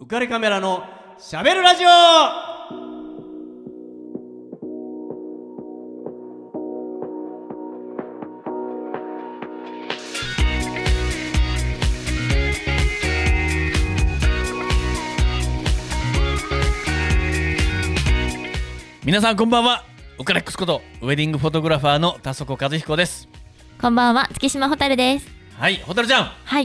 浮かれカメラのしゃべるラジオ。皆さんこんばんは。ウカレックスことウェディングフォトグラファーの田底和彦です。 こんばんは、月島ホタルです。 はい、ホタルちゃん、 はい、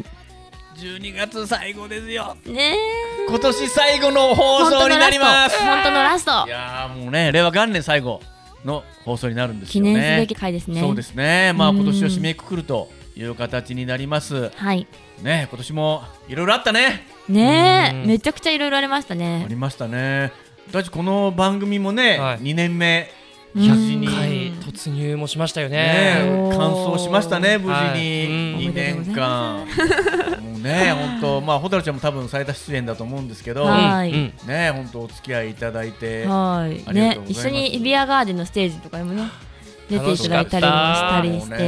12月最後ですよね。 今年最後の放送になります。 本当のラスト。 いやもうね、令和元年最後の放送になるんですよね。 記念すべき回ですね。 そうですね。まあ今年を締めくくるという形になります。 はいね、今年もいろいろあったね。 ねえ、めちゃくちゃいろいろありましたね。 ありましたね。だってこの番組もね、 はい、 2年目 100回突入もしましたよね。 完走しましたね、無事に2年間。もうね、本当、まあホタルちゃんも多分最多出演だと思うんですけど、ね、本当お付き合いいただいて、 ね、一緒にビアガーデンのステージとかにもね出ていただいたりもしたりして、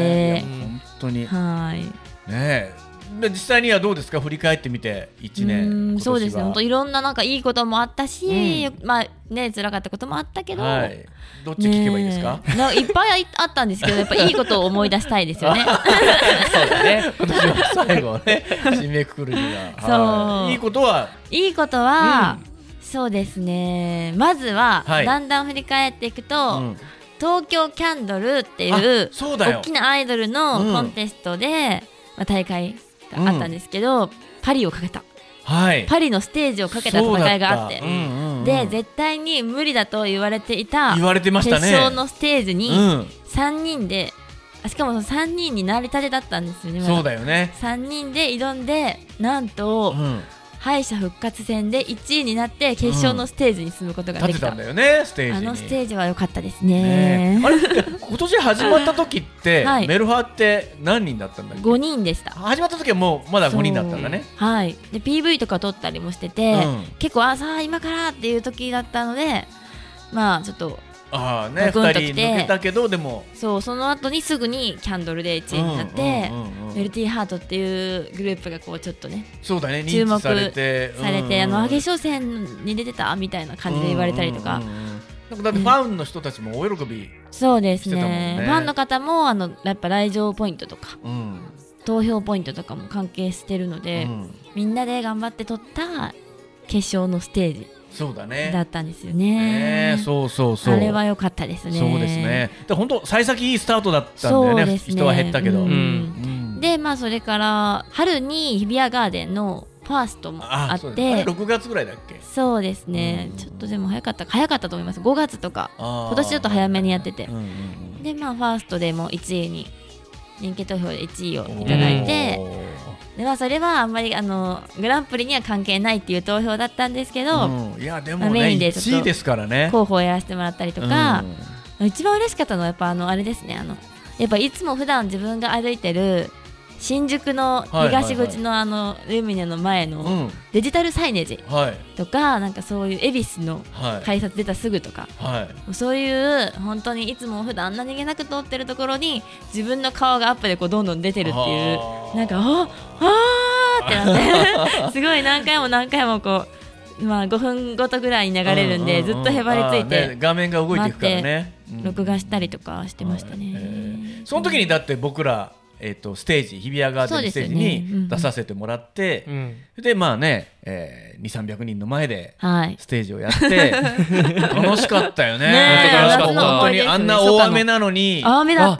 本当にはいね。で実際にはどうですか、振り返ってみて1年。 そうですね、本当いろんななんかいいこともあったし、まあね辛かったこともあったけど、 はい、どっち聞けばいいですか。 いっぱいあったんですけど、やっぱいいことを思い出したいですよね。 そうだね。今年は最後ね、締めくくるには。いいことは、 そうですね。まずは、だんだん振り返っていくと、東京キャンドルっていう大きなアイドルのコンテストで、大会があったんですけど、パリをかけた、パリのステージをかけた戦いがあって、で絶対に無理だと言われていた決勝のステージに3人で、しかもその3人になりたてだったんですよね。 そうだよね。 3人で挑んで、なんと、敗者復活戦で1位になって決勝のステージに進むことができた。 立てたんだよね、ステージに。 あのステージは良かったですね。 あれ今年始まった時って、メルファーって何人だったんだっけ。 5人でした。 始まった時はもうまだ5人だったんだね。 はい。で PV とか撮ったりもしてて、結構さあ今からっていう時だったので、まあちょっと 2人抜けたけど、でもその後にすぐにキャンドルで1位になって、メルティーハートっていうグループがこうちょっとね、 そうだね、 注目されて、 決勝戦に出てたみたいな感じで言われたりとか。 だってファンの人たちも大喜びしてたもんね。 そうですね。ファンの方もやっぱ来場ポイントとか、投票ポイントとかも関係してるので、みんなで頑張って取った決勝のステージだったんですよね。あれは良かったですね。 そうですね。で本当幸先いいスタートだったんだよね。人は減ったけど。 でまあそれから春に日比谷ガーデンのファーストもあって、 6月ぐらいだっけ。 そうですね。ちょっとでも早かったと思います。5月とか今年ちょっと早めにやってて、でまあファーストでも1位に人気投票で1位をいただいて、でそれはあんまりグランプリには関係ないっていう投票だったんですけど、 いやでもね、メインで1位ですからね、 候補をやらせてもらったりとか、一番嬉しかったのはやっぱあれですね、やっぱいつも普段自分が歩いてる新宿の東口のルミネの前のデジタルサイネージとか、なんかそういう恵比寿の改札出たすぐとか、そういう本当にいつも普段何気なく通ってるところに自分の顔がアップでこうどんどん出てるっていう、なんかあーってなってすごい何回もこう、まあ5分ごとぐらいに流れるんで、ずっとへばりついて画面が動いていくからね、 録画したりとかしてましたね。 その時にだって僕らステージ、日比谷ガーデンのステージに出させてもらって、でまあね、2、300人の前でステージをやって楽しかったよね。本当にあんな大雨なのに、 雨だった、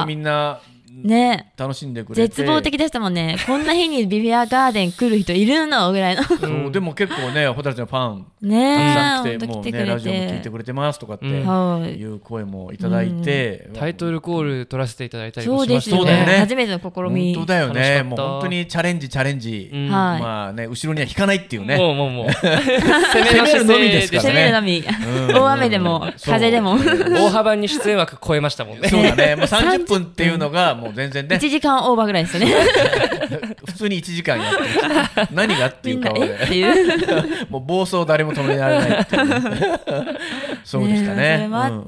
みんなね、 楽しんでくれて絶望的でしたもんね。こんな日にビビアガーデン来る人いるのぐらいのそうでも結構ね、ホタルちゃんファンねたくさん来て、もうねラジオも聞いてくれてますとかっていう声もいただいて、 タイトルコール取らせていただいたりもしました。 そうですよね、初めての試み。 本当だよね。もう本当にチャレンジ、まあね、後ろには引かないっていうね、 もう攻めるのみですからね。 攻めるのみ、大雨でも風でも大幅に出演枠超えましたもんね。 そうだね、もう30分っていうのがもう全然ね、 1時間オーバーぐらいですよね普通に1時間やってる何がっていう顔でもう暴走誰も止められないっていうそうでしたね。 それもあって、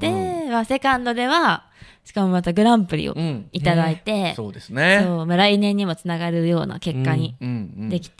セカンドではしかもまたグランプリをいただいて、 そうですね。 来年にもつながるような結果にできて、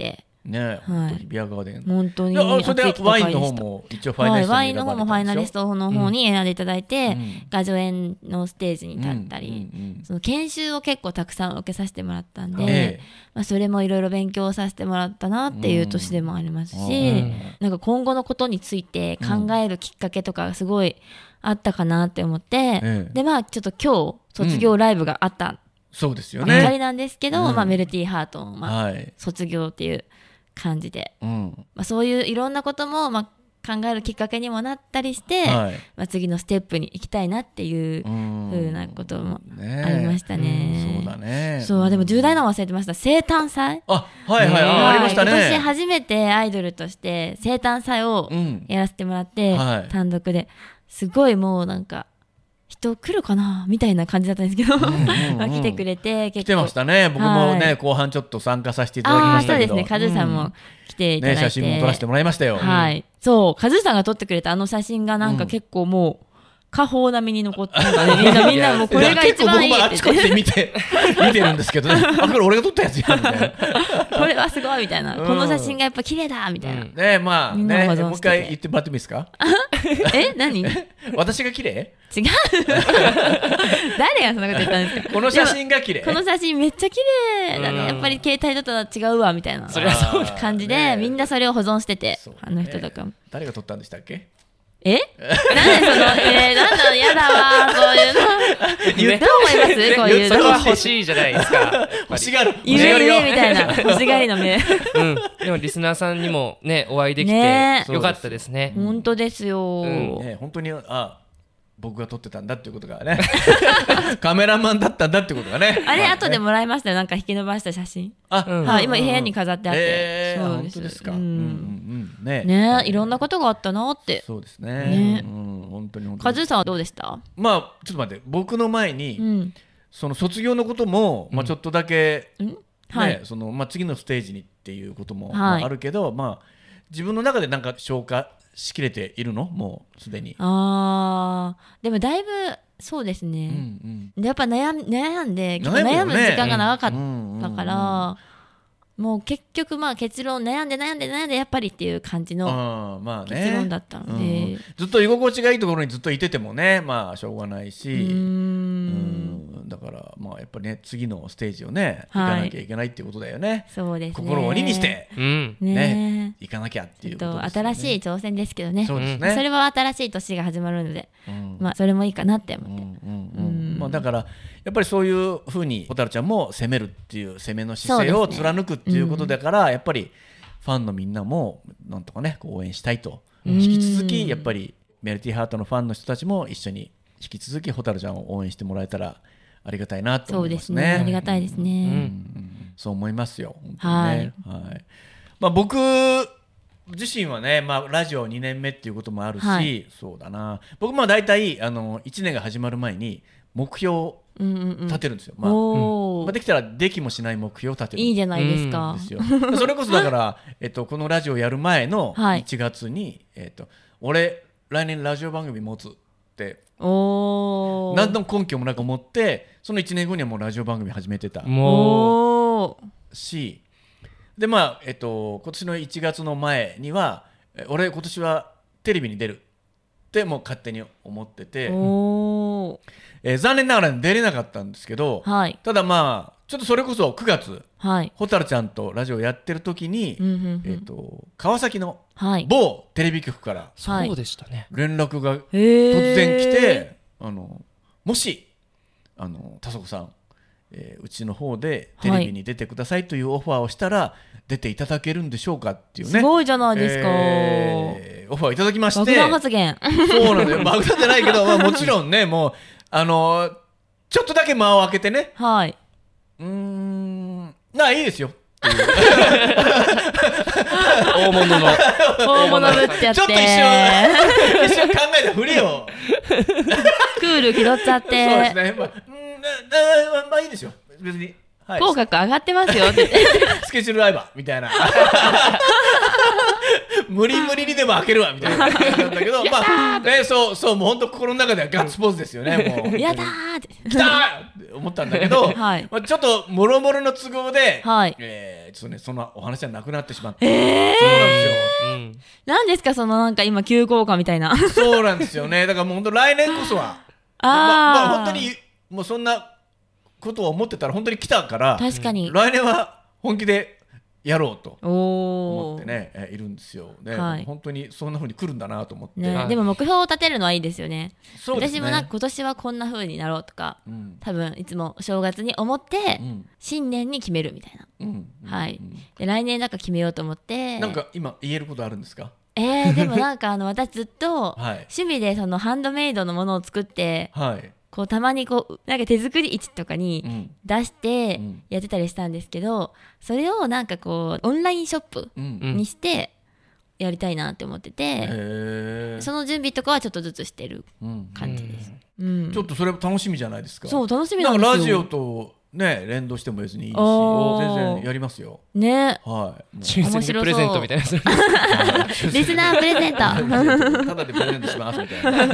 ね、はい、ビアガーデン本当にそれでワインの方も一応ファイナリストに選ばれたんでしょ。 ワインの方もファイナリストの方に選んでいただいて、画助演のステージに立ったり、その研修を結構たくさん受けさせてもらったんで、それもいろいろ勉強させてもらったなっていう年でもありますし、なんか今後のことについて考えるきっかけとかすごいあったかなって思って、でちょっと今日卒業ライブがあった、 そうですよね。 ばかりなんですけど、メルティーハートの、卒業っていう感じで、そういういろんなことも、考えるきっかけにもなったりして、次のステップに行きたいなっていうふうなこともありましたね。 そうだね。 そう、でも重大なの忘れてました。生誕祭。 ありましたね。 今年初めてアイドルとして生誕祭をやらせてもらって、単独ですごいもうなんか人来るかなみたいな感じだったんですけど、来てくれて、 来てましたね。僕もね、後半ちょっと参加させていただきましたけど、 そうですね、カズさんも来ていただいて、 写真も撮らせてもらいましたよ。 そう、カズさんが撮ってくれたあの写真がなんか結構もう家宝並みに残って、みんなもうこれが一番いいって結構僕もあっちこっちで見てるんですけどね、これ俺が撮ったやつやみたいな、 これはすごいみたいな、この写真がやっぱ綺麗だみたいな。 もう一回言ってもらってもいいですか？ 何？ 私が綺麗？ 違う。誰がそんなこと言ったんですか？ この写真が綺麗。 この写真めっちゃ綺麗だね。やっぱり携帯だとは違うわみたいな感じで、みんなそれを保存してて、あの人とかも。 誰が撮ったんでしたっけ？ なんでなんだ嫌だわそういうの言った思いますこういうの。 それは欲しいじゃないですか。 欲しがるみたいな欲しがりの目。 でもリスナーさんにもねお会いできてよかったですね。 本当ですよ。 本当に僕が撮ってたんだっていうことがねカメラマンだったんだってことがね。 あれ後でもらいましたよ、なんか引き伸ばした写真。今部屋に飾ってあって。 本当ですか。 いろんなことがあったなって。 そうですね。本当に。 カズさんはどうでした？ ちょっと待って、僕の前にその卒業のこともちょっとだけその次のステージにっていうこともあるけど、自分の中でなんか消化しきれているの？もうすでに。 でもだいぶそうですね。やっぱ悩んで悩む時間が長かったから、もう結局結論悩んでやっぱりっていう感じの結論だったので、 ずっと居心地がいいところにずっといててもね、しょうがないし、だからやっぱりね、次のステージをね行かなきゃいけないっていうことだよね。 そうですね。 心を鬼にしてね行かなきゃっていうことですね。 新しい挑戦ですけどね。 そうですね。 それは新しい年が始まるので、それもいいかなって思って。 だからやっぱりそういうふうに蛍ちゃんも攻めるっていう攻めの姿勢を貫くっていうことだから、やっぱりファンのみんなもなんとかね応援したいと、引き続きやっぱりメルティーハートのファンの人たちも一緒に引き続き蛍ちゃんを応援してもらえたらありがたいなと思いますね。 そうですね、ありがたいですね。 そう思いますよ、本当にね。僕自身はね、ラジオ2年目っていうこともあるし、そうだな、僕大体1年が始まる前に目標を立てるんですよ。できたらできもしない目標を立てる。 いいじゃないですか。 それこそだからこのラジオやる前の1月に、俺来年ラジオ番組持つって何の根拠もなく思って、その1年後にはもうラジオ番組始めてたし、で今年の1月の前には俺今年はテレビに出るってもう勝手に思ってて、残念ながら出れなかったんですけど、ただちょっとそれこそ9月、蛍ちゃんとラジオやってる時に、川崎の某テレビ局から連絡が突然来て、もし田底さん、うちの方でテレビに出てくださいというオファーをしたら出ていただけるんでしょうかっていうね、 すごいじゃないですか。 オファーいただきまして、 爆弾発言。 そうなんだよ、爆弾じゃないけど、もちろんね、もうちょっとだけ間を空けてね、いいですよ大物ぶっちゃって、 ちょっと一瞬考えたふりをクール気取っちゃって、 そうですね、いいですよ別に、 口角上がってますよってスケジュール合えばみたいな無理にでも開けるわみたいな感じなんだけど、そうもう本当心の中ではガッツポーズですよね。もうやだーって来たって思ったんだけど、はい、まあ、ちょっともろもろの都合で、はい、ちょっとね、そんなお話はなくなってしまって、そうなんですよ、 なんですかそのなんか今急降下みたいな。 そうなんですよね。だからもう本当来年こそはまあ本当にもうそんなことを思ってたら本当に来たから、 確かに来年は本気でやろうと思ってね、いるんですよね、はい、本当にそんな風に来るんだなと思って、 ね、でも目標を立てるのはいいですよね。そうですね、私もなんか今年はこんな風になろうとか、多分いつも正月に思って、新年に決めるみたいな、はい、で来年なんか決めようと思って。 なんか今言えることあるんですか？ でもなんか私ずっと趣味でそのハンドメイドのものを作って、はい、こうたまにこうなんか手作り市とかに出してやってたりしたんですけど、それをなんかこうオンラインショップにしてやりたいなって思ってて、その準備とかはちょっとずつしてる感じです、 ちょっとそれ楽しみじゃないですか。 そう楽しみなんですよ。 ラジオとね、連動しても別にいいし、全然やりますよね。 はい、 抽選でプレゼントみたいなリスナープレゼントただでプレゼントしますみたいな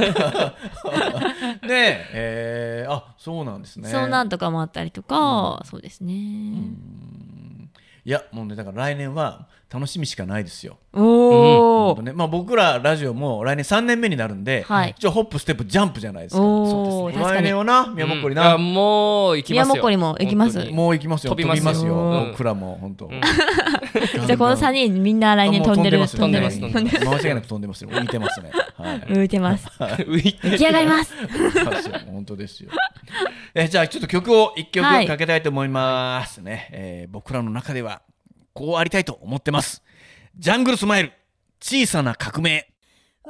で、あ、そうなんですね。 そうなんとかもあったりとか、そうですね。 いやもうね、だから来年は楽しみしかないですよ。 おー、 ね、まあ、僕らラジオも来年3年目になるんで、はい、一応ホップステップジャンプじゃないですか。そうですね、来年はな、宮本りな、 もう行きますよ。 宮本も行きます。 もう行きますよ。飛びますよ。僕らも本当。じゃあこの3人みんな来年飛んでる。 飛んでます。 間違いなく飛んでますよ。浮いてますね。 浮いてます。浮き上がります。 本当ですよ。じゃあちょっと曲を1曲かけたいと思いますね。僕らの中ではこうありたいと思ってます。ジャングルスマイル、小さな革命。 私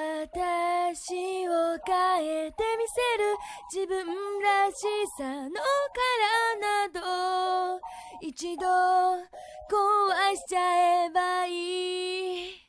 を変えてみせる自分らしさの殻など一度壊しちゃえばいい。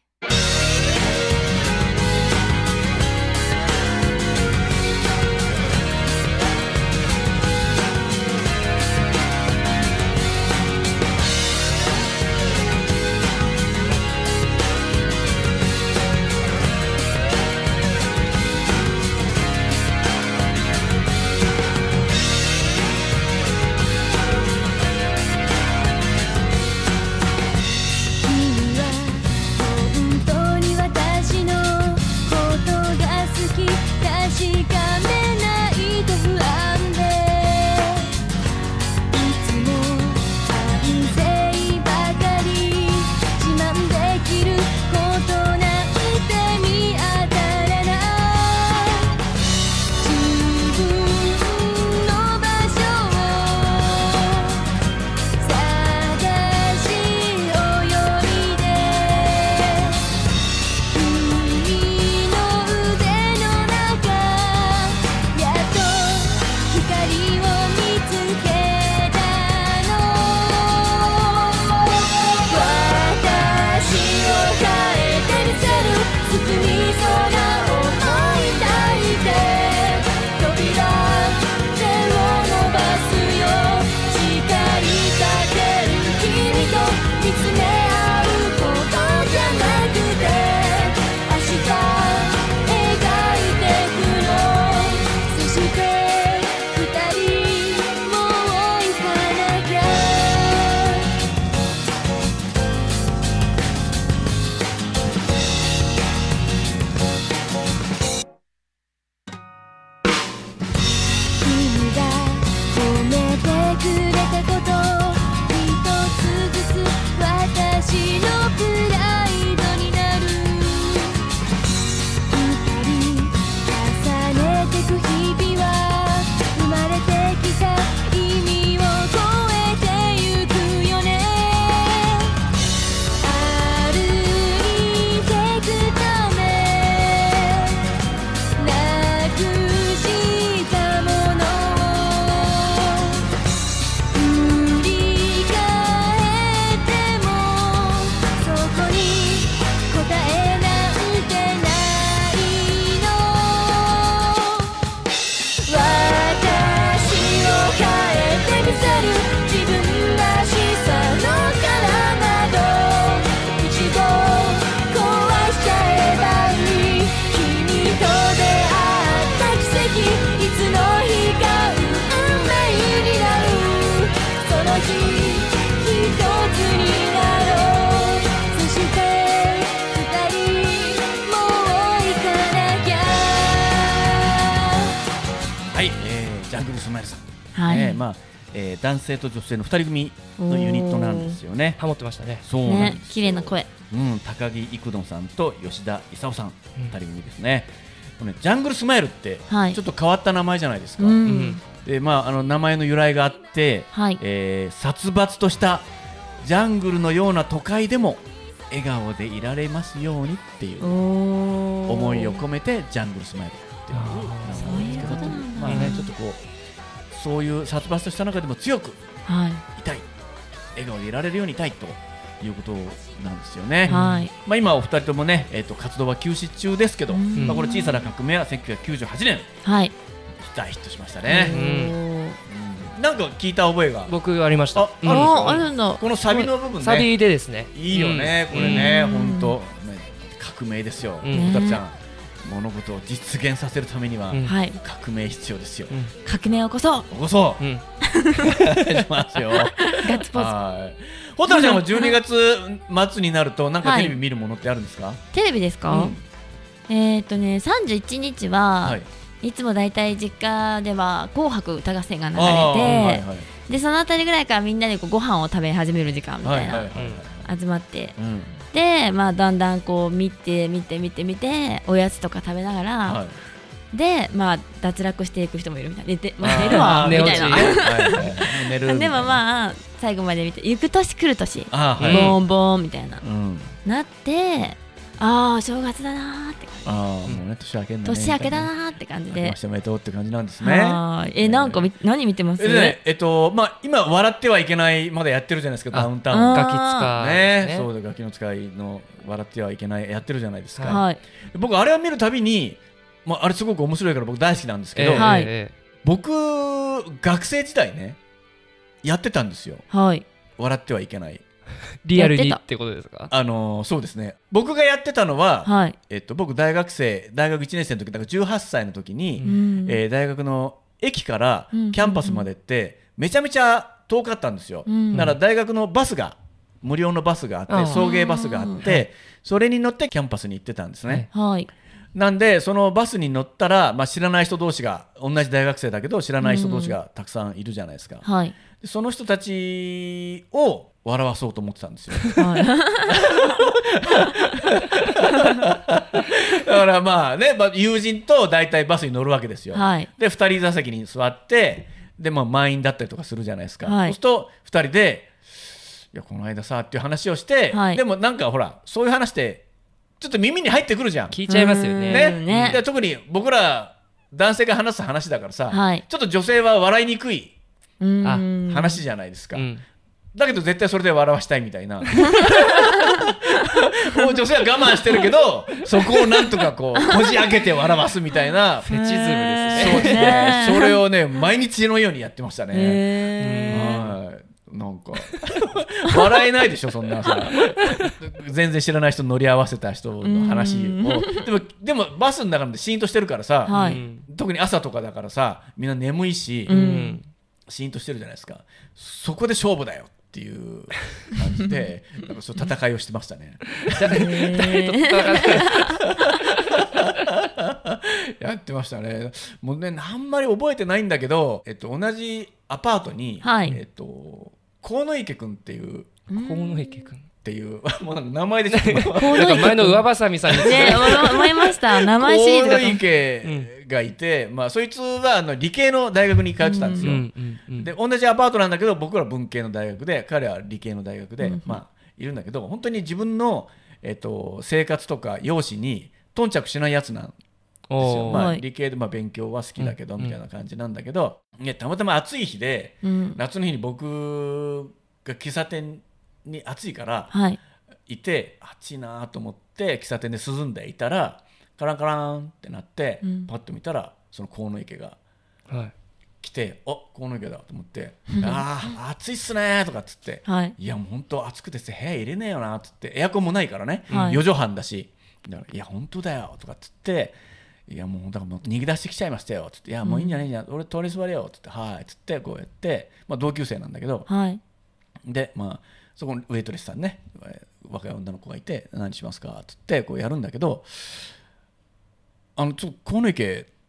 ルスマイルさん、まあ男性と女性の2人組のユニットなんですよね。 ハモってましたね。 そうなんですよ、 綺麗な声、 高木育人さんと吉田勲さん、2人組ですね。このジャングルスマイルってちょっと変わった名前じゃないですか。でまあ、名前の由来があって、殺伐としたジャングルのような都会でも笑顔でいられますようにっていう思いを込めてジャングルスマイルっていう名前を付けたという、まあね、ちょっとこうそういう殺伐とした中でも強くいたい、笑顔でいられるようにいたいということなんですよね。まあ、今お二人ともね、活動は休止中ですけど、まあ、これ小さな革命は1998年、大ヒットしましたね。なんか聞いた覚えが僕ありました。 あるんだ。 このサビの部分ね、 サビでですね、 いいよね、これね、本当革命ですよ。おたちゃん、物事を実現させるためには革命必要ですよ。 革命を起こそう。 起こそう。しますよ。 ガッツポーズ。 ほたるちゃんは12月末になるとなんかテレビ見るものってあるんですか？ テレビですか？31日はいつもだいたい実家では紅白歌合戦が流れて、でそのあたりぐらいからみんなでご飯を食べ始める時間みたいな集まって、でまあだんだんこう見ておやつとか食べながら、でまあ脱落していく人もいるみたいな、寝るわみたいな。でもまあ最後まで見て、行く年来る年ボーンボーンみたいななって、ああ正月だなーって感じ。 もうね、年明けんだね、 年明けだなーって感じで、 おめでとうって感じなんですね。 なんか何見てます？ まあ今笑ってはいけないまだやってるじゃないですか、ダウンタウン。 ガキ使いね、そうだ、ガキの使いの笑ってはいけないやってるじゃないですか。僕あれを見るたびに、まああれすごく面白いから僕大好きなんですけど、僕学生時代ねやってたんですよ。笑ってはいけない。 リアルにってことですか？ そうですね。僕がやってたのは、僕大学1年生の時だから18歳の時に、大学の駅からキャンパスまでってめちゃめちゃ遠かったんですよ。だから大学のバスが無料のバスがあって、送迎バスがあって、それに乗ってキャンパスに行ってたんですね。なんでそのバスに乗ったら、まあ、知らない人同士が、同じ大学生だけど知らない人同士がたくさんいるじゃないですか。でその人たちを笑わそうと思ってたんですよ。だからまあね、友人と大体バスに乗るわけですよ。で2人座席に座って、でまあ満員だったりとかするじゃないですか。そうすると2人で、いやこの間さっていう話をして、でもなんかほらそういう話ってちょっと耳に入ってくるじゃん。 聞いちゃいますよね。 で特に僕ら男性が話す話だからさ、ちょっと女性は笑いにくい話じゃないですか。だけど絶対それで笑わしたいみたいな。女性は我慢してるけど、そこをなんとかこうこじ開けて笑わすみたいなフェチズムですね。 そうですね。それをね毎日のようにやってましたね。なんか笑えないでしょ、そんなさ。全然知らない人乗り合わせた人の話を。でもバスの中でシーンとしてるからさ、特に朝とかだからさ、みんな眠いし、シーンとしてるじゃないですか。そこで勝負だよっていう感じでなんかそう戦いをしてましたね。やってましたね。もうね、あんまり覚えてないんだけど、同じアパートに、河野池くんっていう、 河野池くんっていうもうなんか名前でちょっとなんか前の上ばさみさんに思いました。名前シリーズ河野池がいて、まあそいつは理系の大学に通ってたんですよ。で同じアパートなんだけど、僕ら文系の大学で彼は理系の大学で、まあいるんだけど、本当に自分の生活とか容姿に頓着しないやつなんですよ。まあ理系で勉強は好きだけどみたいな感じなんだけど、たまたま暑い日で、夏の日に僕が喫茶店に暑いからいて、暑いなと思って喫茶店で涼んでいたら、カランカランってなって、パッと見たらその河野池が来て、河野池だと思って、あ暑いっすねとかっつって、いやもう本当暑くて部屋入れねえよなっつって、エアコンもないからね、4畳半だし、だからいや本当だよとかっつって、いやもうだからもう逃げ出してきちゃいましたよっつって、いやもういいんじゃないんじゃない、俺通り座れよっつって、はいっつってこうやって、同級生なんだけど、でまあそこにウェイトレスさんね、若い女の子がいて、何しますかっつってこうやるんだけど、ちょっと河野池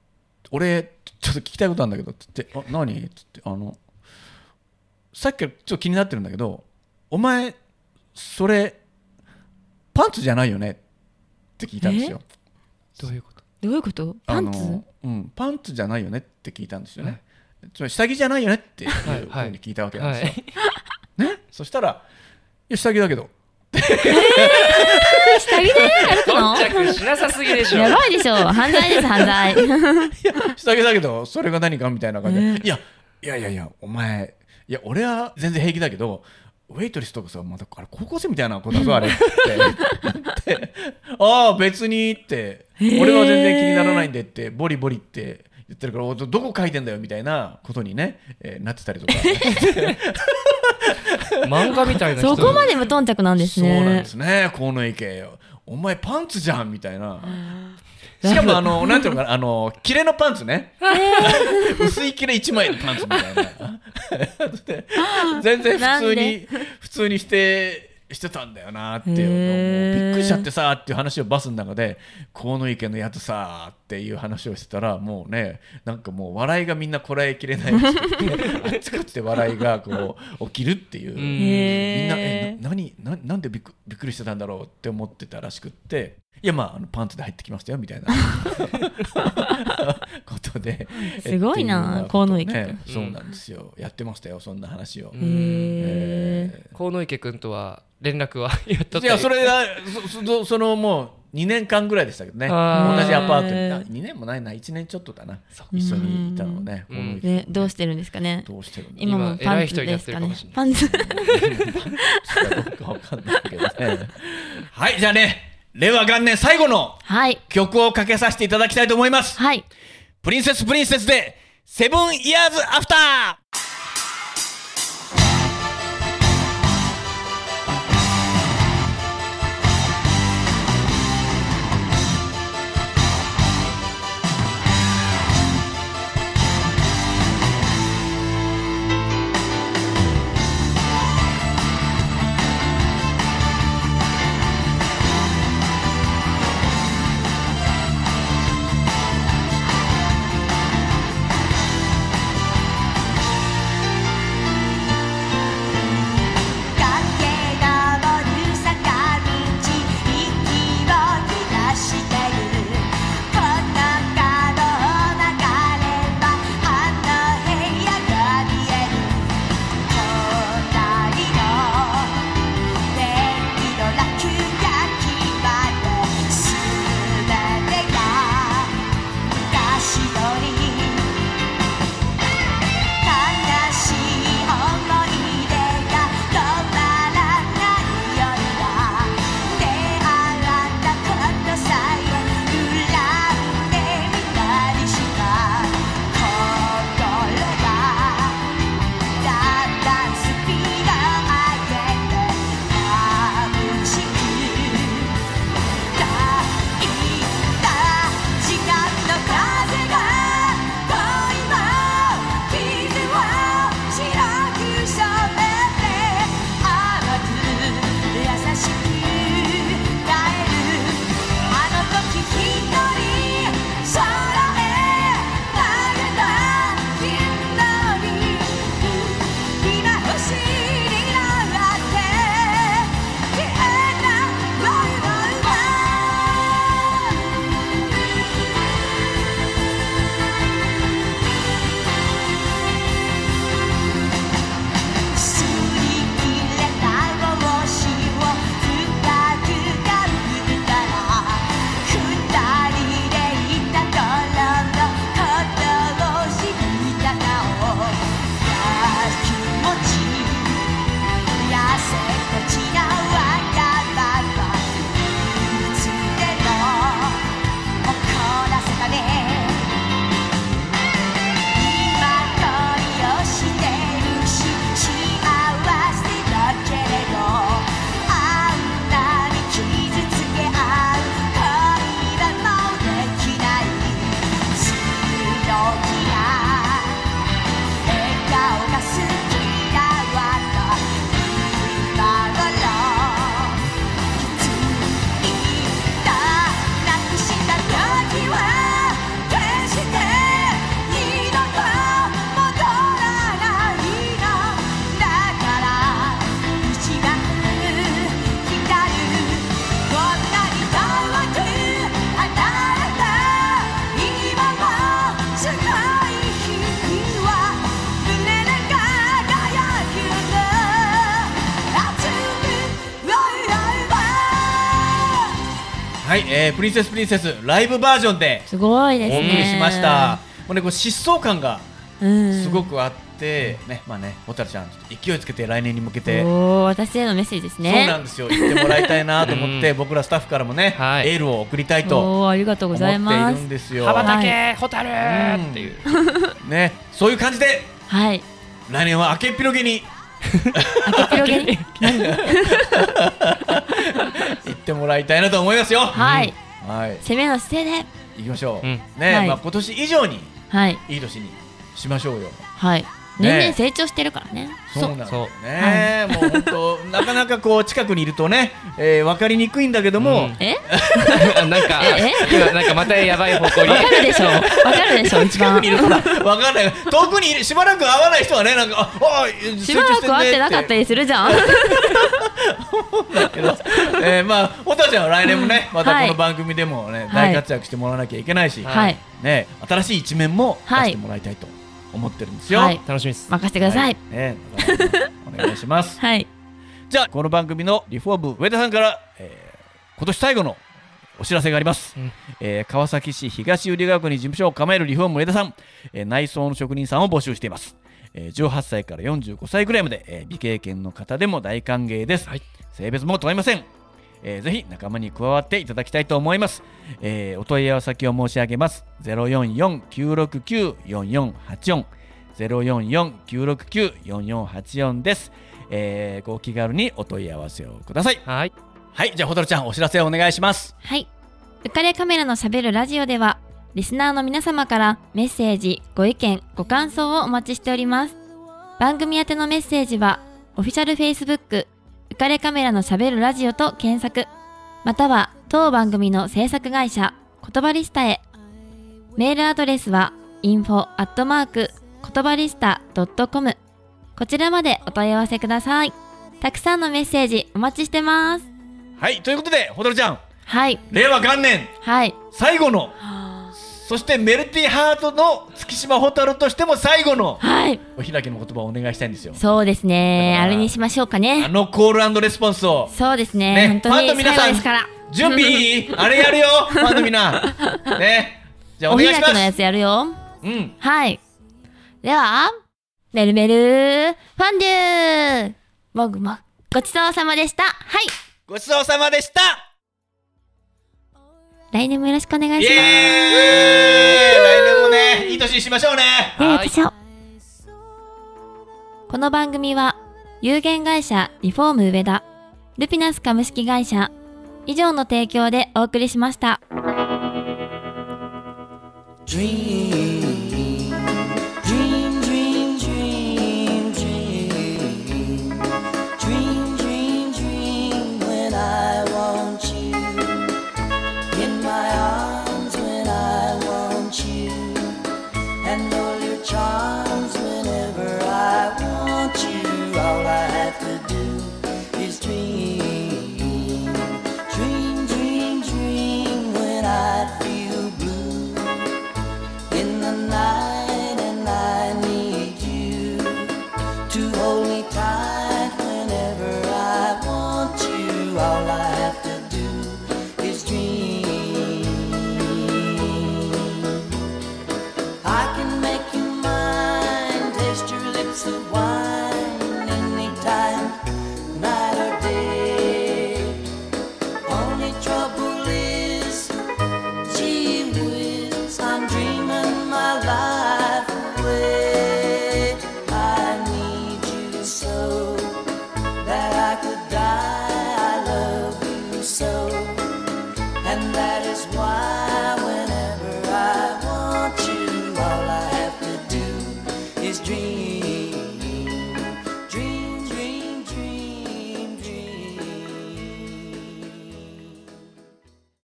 俺ちょっと聞きたいことあるんだけどつって何つってさっきからちょっと気になってるんだけどお前それパンツじゃないよねって聞いたんですよ。 どういうこと？ どういうこと？パンツ？ パンツじゃないよねって聞いたんですよね。つまり下着じゃないよねっていうふうに聞いたわけなんですよ。ね、そしたらいや下着だけど。 下着で歩くの？ 到着しなさすぎでしょ。 やばいでしょ。犯罪です犯罪。 いや下着だけどそれが何かみたいな感じで、いやお前いや俺は全然平気だけどウェイトレスとかさまたあれ高校生みたいな子だぞあれってああ別にって俺は全然気にならないんでってボリボリって言ってるからどこ書いてんだよみたいなことにね、なってたりとか漫画みたいな人。 そこまで無頓着なんですね。 そうなんですね。河野池お前パンツじゃんみたいな。しかもなんていうのかな切れのパンツね、薄い切れ1枚のパンツみたいな全然普通にしてたんだよなっていうのびっくりしちゃってさっていう話をバスの中で河野池のやつさっていう話をしてたらもうねなんかもう笑いがみんなこらえきれないらしくてあっちこっちで笑いがこう起きるっていうみんななんでびっくりしてたんだろうって思ってたらしくっていやパンツで入ってきましたよみたいなことですごいな河野池ね、そうなんですよやってましたよそんな話を。 河野池君とは連絡はやった？いやそれがそのもう2年間ぐらいでしたけどね同じアパートに2年もないな1年ちょっとだな一緒にいたのね。 どうしてるんですかね。 どうしてるんだ今もパンツですかね。パンツかどうか分かんないけどねはいじゃあね令和元年最後の曲をかけさせていただきたいと思います、 はい、 プリンセスでセブンイヤーズアフター。 はい、プリンセスライブバージョンですごいですね、 お送りしました。もうね、こう疾走感がすごくあって、ね、まあね、蛍ちゃん勢いつけて来年に向けて、 私へのメッセージですね。 そうなんですよ、言ってもらいたいなと思って僕らスタッフからもね、エールを送りたいとありがとうございます。 思っているんですよ。 羽ばたけ蛍っていうね、そういう感じで、 はい、 来年は明けっぴろげに明けっぴろげに言ってもらいたいなと思いますよ。 はい、攻めの姿勢でいきましょうね。まあ今年以上にいい年にしましょうよ。 はい、年々成長してるからね。 そうなんですね。もう本当なかなかこう近くにいるとね、分かりにくいんだけども、 なんかまたやばい方向に。 分かるでしょ。分かるでしょ。一番近くにいると分かんない。遠くにしばらく会わない人はね、なんかしばらく会ってなかったりするじゃん。 まあ蛍ちゃんは来年もね、またこの番組でもね大活躍してもらわなきゃいけないし、ね、新しい一面も出してもらいたいと思ってるんですよ。 楽しみです。 任せてください。 お願いします。 はい。 じゃあこの番組のリフォーム上田さんから、今年最後のお知らせがあります。川崎市東百合ヶ丘に事務所を構えるリフォーム上田さん、内装の職人さんを募集しています。18歳から45歳ぐらいまで、未経験の方でも大歓迎です。性別も問いません。ぜひ仲間に加わっていただきたいと思います。お問い合わせ先を申し上げます。 044-969-4484 044-969-4484 です。ご気軽にお問い合わせをください。はい、じゃあ蛍ちゃんお知らせをお願いします。 はい、浮かれカメラのしゃべるラジオではリスナーの皆様からメッセージ、ご意見、ご感想をお待ちしております。番組宛てのメッセージはオフィシャル Facebook浮かれカメラのしゃべるラジオと検索、または当番組の制作会社言葉リスタへ。メールアドレスは info@ 言葉リスタ .com、 こちらまでお問い合わせください。たくさんのメッセージお待ちしてます。 はい、ということで蛍ちゃん、 はい、 令和元年、最後の、そしてメルティハートの月島蛍としても最後の、お開きの言葉をお願いしたいんですよ。 そうですね、あれにしましょうかね。 コール&レスポンスを。 そうですね、本当に最後ですから。 準備あれやるよファンのみんなね。じゃあお願いします。 お開きのやつやるよ。はい、ではメルメルファンデューもぐもぐごちそうさまでした。はい、 ごちそうさまでした。 来年もよろしくお願いします。 来年もね、いい年にしましょうね。 この番組は有限会社リフォーム上田、ルピナス株式会社以上の提供でお送りしました。